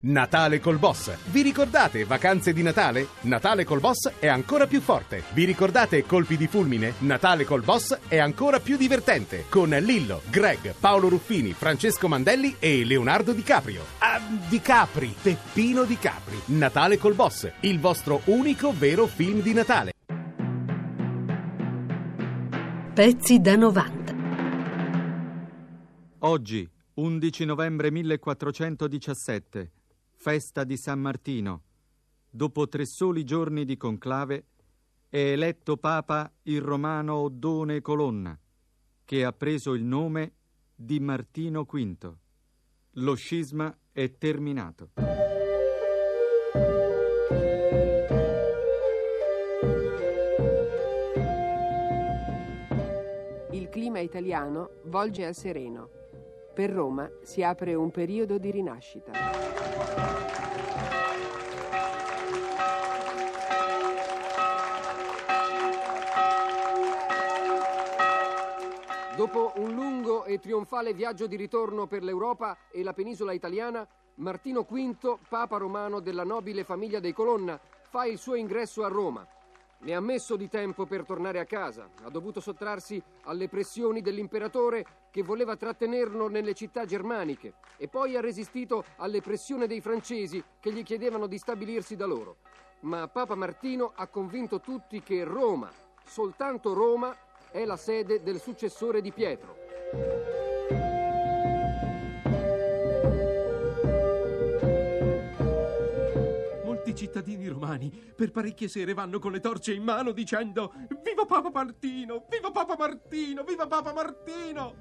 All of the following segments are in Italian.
Natale col Boss. Vi ricordate vacanze di Natale? Natale col Boss è ancora più forte. Vi ricordate colpi di fulmine? Natale col Boss è ancora più divertente. Con Lillo, Greg, Paolo Ruffini, Francesco Mandelli e Leonardo Di Caprio. Di Capri, Peppino Di Capri. Natale col Boss, il vostro unico vero film di Natale. Pezzi da 90. Oggi, 11 novembre 1417, festa di San Martino. Dopo 3 soli giorni di conclave, è eletto Papa il romano Oddone Colonna, che ha preso il nome di Martino V. Lo scisma è terminato. Il clima italiano volge al sereno. Per Roma si apre un periodo di rinascita. Dopo un lungo e trionfale viaggio di ritorno per l'Europa e la penisola italiana, Martino V, Papa romano della nobile famiglia dei Colonna, fa il suo ingresso a Roma. Ne ha messo di tempo per tornare a casa, ha dovuto sottrarsi alle pressioni dell'imperatore che voleva trattenerlo nelle città germaniche e poi ha resistito alle pressioni dei francesi che gli chiedevano di stabilirsi da loro. Ma Papa Martino ha convinto tutti che Roma, soltanto Roma, è la sede del successore di Pietro. I cittadini romani per parecchie sere vanno con le torce in mano dicendo: viva Papa Martino, viva Papa Martino, viva Papa Martino!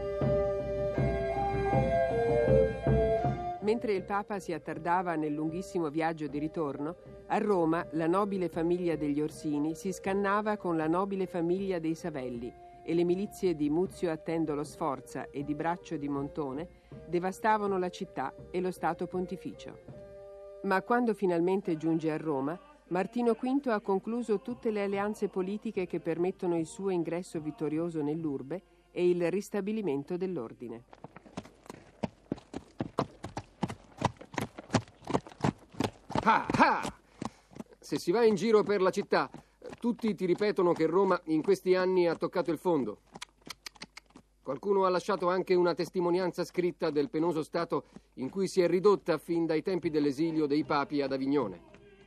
Mentre il Papa si attardava nel lunghissimo viaggio di ritorno, a Roma la nobile famiglia degli Orsini si scannava con la nobile famiglia dei Savelli e le milizie di Muzio Attendolo Sforza e di Braccio di Montone devastavano la città e lo Stato Pontificio. Ma quando finalmente giunge a Roma, Martino V ha concluso tutte le alleanze politiche che permettono il suo ingresso vittorioso nell'urbe e il ristabilimento dell'ordine. Ah, ah! Se si va in giro per la città, tutti ti ripetono che Roma in questi anni ha toccato il fondo. Qualcuno ha lasciato anche una testimonianza scritta del penoso stato in cui si è ridotta fin dai tempi dell'esilio dei papi ad Avignone.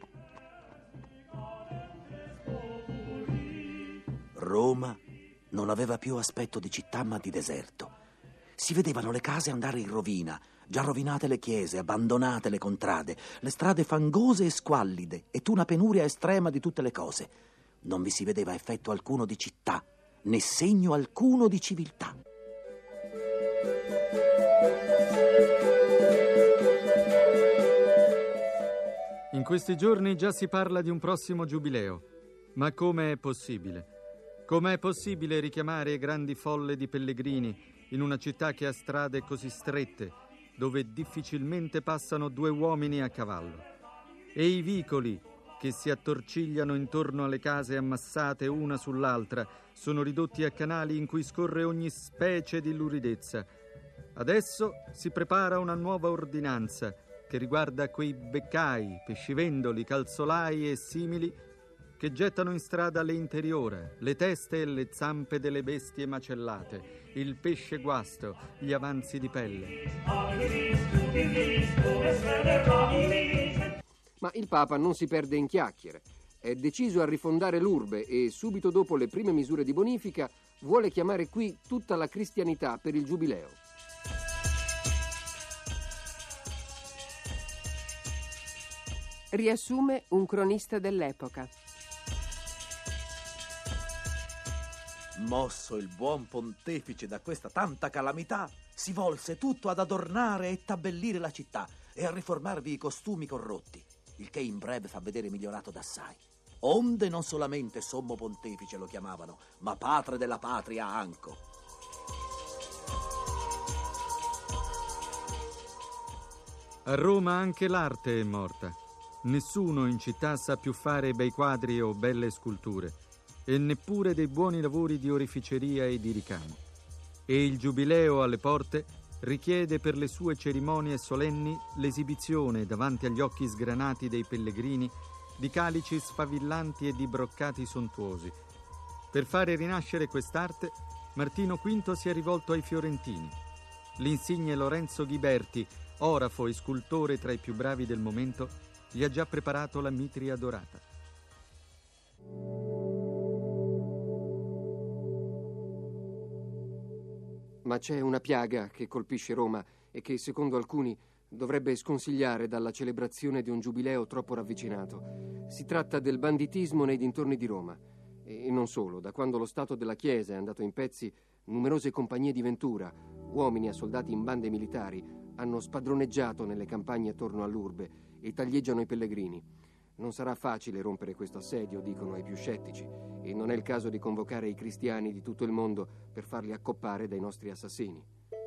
Roma non aveva più aspetto di città ma di deserto. Si vedevano le case andare in rovina, già rovinate le chiese, abbandonate le contrade, le strade fangose e squallide e una penuria estrema di tutte le cose. Non vi si vedeva effetto alcuno di città, né segno alcuno di civiltà. In questi giorni già si parla di un prossimo giubileo. Ma come è possibile? Com'è possibile richiamare grandi folle di pellegrini in una città che ha strade così strette, dove difficilmente passano 2 uomini a cavallo? E i vicoli che si attorcigliano intorno alle case ammassate una sull'altra sono ridotti a canali in cui scorre ogni specie di luridezza. Adesso si prepara una nuova ordinanza che riguarda quei beccai, pescivendoli, calzolai e simili che gettano in strada le interiora, le teste e le zampe delle bestie macellate, il pesce guasto, gli avanzi di pelle. Ma il Papa non si perde in chiacchiere. È deciso a rifondare l'urbe e subito dopo le prime misure di bonifica vuole chiamare qui tutta la cristianità per il giubileo. Riassume un cronista dell'epoca. Mosso il buon pontefice da questa tanta calamità, si volse tutto ad adornare e tabbellire la città e a riformarvi i costumi corrotti, il che in breve fa vedere migliorato d'assai. Onde non solamente sommo pontefice lo chiamavano, ma padre della patria anco. A Roma anche l'arte è morta. Nessuno in città sa più fare bei quadri o belle sculture, e neppure dei buoni lavori di oreficeria e di ricamo. E il giubileo alle porte richiede per le sue cerimonie solenni l'esibizione davanti agli occhi sgranati dei pellegrini di calici sfavillanti e di broccati sontuosi. Per fare rinascere quest'arte, Martino V si è rivolto ai fiorentini. L'insigne Lorenzo Ghiberti, orafo e scultore tra i più bravi del momento, gli ha già preparato la mitria dorata. Ma c'è una piaga che colpisce Roma e che, secondo alcuni, dovrebbe sconsigliare dalla celebrazione di un giubileo troppo ravvicinato. Si tratta del banditismo nei dintorni di Roma. E non solo, da quando lo stato della Chiesa è andato in pezzi, numerose compagnie di ventura, uomini assoldati in bande militari, hanno spadroneggiato nelle campagne attorno all'urbe e taglieggiano i pellegrini. Non sarà facile rompere questo assedio, dicono ai più scettici, e non è il caso di convocare i cristiani di tutto il mondo per farli accoppare dai nostri assassini.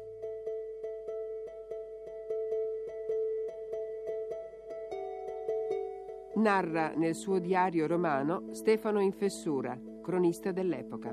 Narra nel suo diario romano Stefano in Fessura, cronista dell'epoca.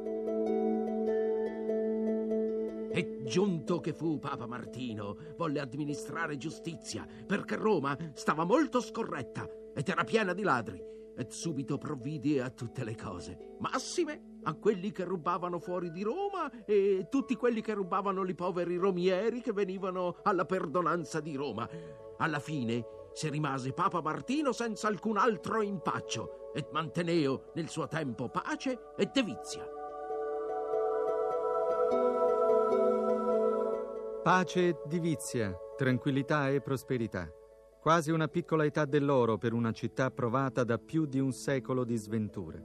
E giunto che fu Papa Martino, volle amministrare giustizia, perché Roma stava molto scorretta ed era piena di ladri, ed subito provvide a tutte le cose, massime a quelli che rubavano fuori di Roma e tutti quelli che rubavano i poveri romieri che venivano alla perdonanza di Roma. Alla fine se rimase Papa Martino senza alcun altro impaccio, et manteneo nel suo tempo pace e devizia. Pace e divizia, tranquillità e prosperità. Quasi una piccola età dell'oro per una città provata da più di un secolo di sventure.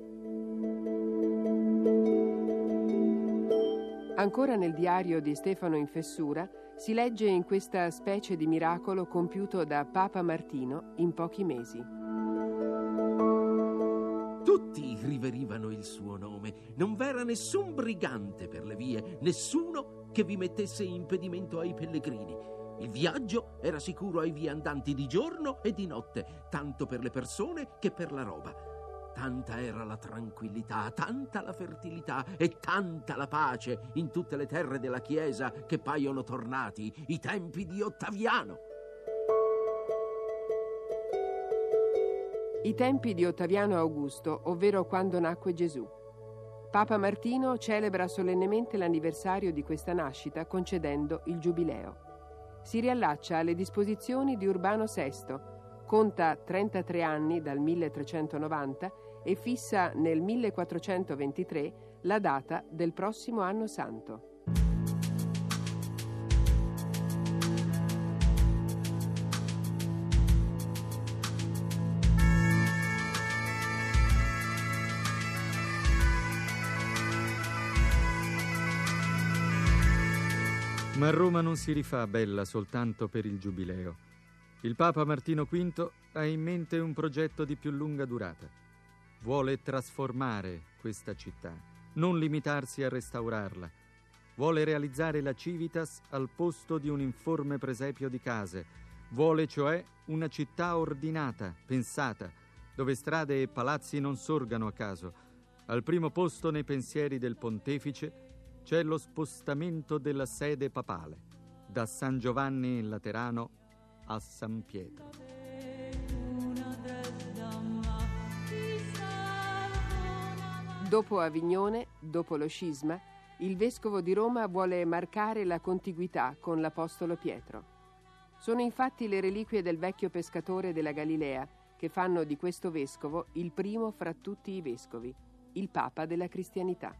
Ancora nel diario di Stefano in Fessura si legge in questa specie di miracolo compiuto da Papa Martino in pochi mesi. Tutti riverivano il suo nome, non v'era nessun brigante per le vie, nessuno che vi mettesse impedimento ai pellegrini. Il viaggio era sicuro ai viandanti di giorno e di notte, tanto per le persone che per la roba. Tanta era la tranquillità, tanta la fertilità e tanta la pace in tutte le terre della Chiesa che paiono tornati i tempi di Ottaviano. I tempi di Ottaviano Augusto, ovvero quando nacque Gesù. Papa Martino celebra solennemente l'anniversario di questa nascita concedendo il giubileo. Si riallaccia alle disposizioni di Urbano VI, conta 33 anni dal 1390 e fissa nel 1423 la data del prossimo anno santo. Ma Roma non si rifà bella soltanto per il giubileo. Il Papa Martino V ha in mente un progetto di più lunga durata. Vuole trasformare questa città, non limitarsi a restaurarla. Vuole realizzare la Civitas al posto di un informe presepio di case. Vuole cioè una città ordinata, pensata, dove strade e palazzi non sorgano a caso. Al primo posto nei pensieri del pontefice c'è lo spostamento della sede papale, da San Giovanni in Laterano a San Pietro. Dopo Avignone, dopo lo scisma, il vescovo di Roma vuole marcare la contiguità con l'apostolo Pietro. Sono infatti le reliquie del vecchio pescatore della Galilea che fanno di questo vescovo il primo fra tutti i vescovi, il Papa della cristianità.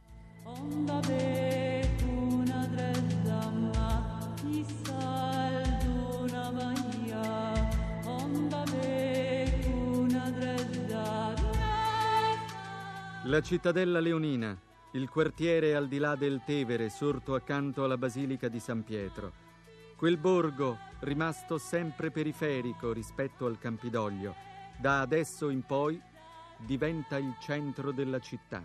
La cittadella leonina, il quartiere al di là del Tevere sorto accanto alla Basilica di San Pietro. Quel borgo, rimasto sempre periferico rispetto al Campidoglio, da adesso in poi diventa il centro della città.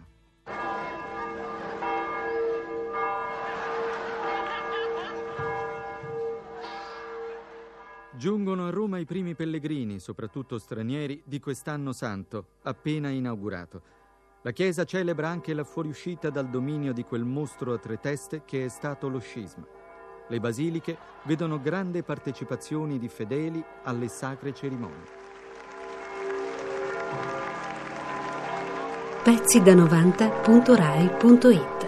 Giungono a Roma i primi pellegrini, soprattutto stranieri, di quest'anno santo, appena inaugurato. La Chiesa celebra anche la fuoriuscita dal dominio di quel mostro a tre teste che è stato lo scisma. Le basiliche vedono grande partecipazione di fedeli alle sacre cerimonie. Pezzi da 90.rai.it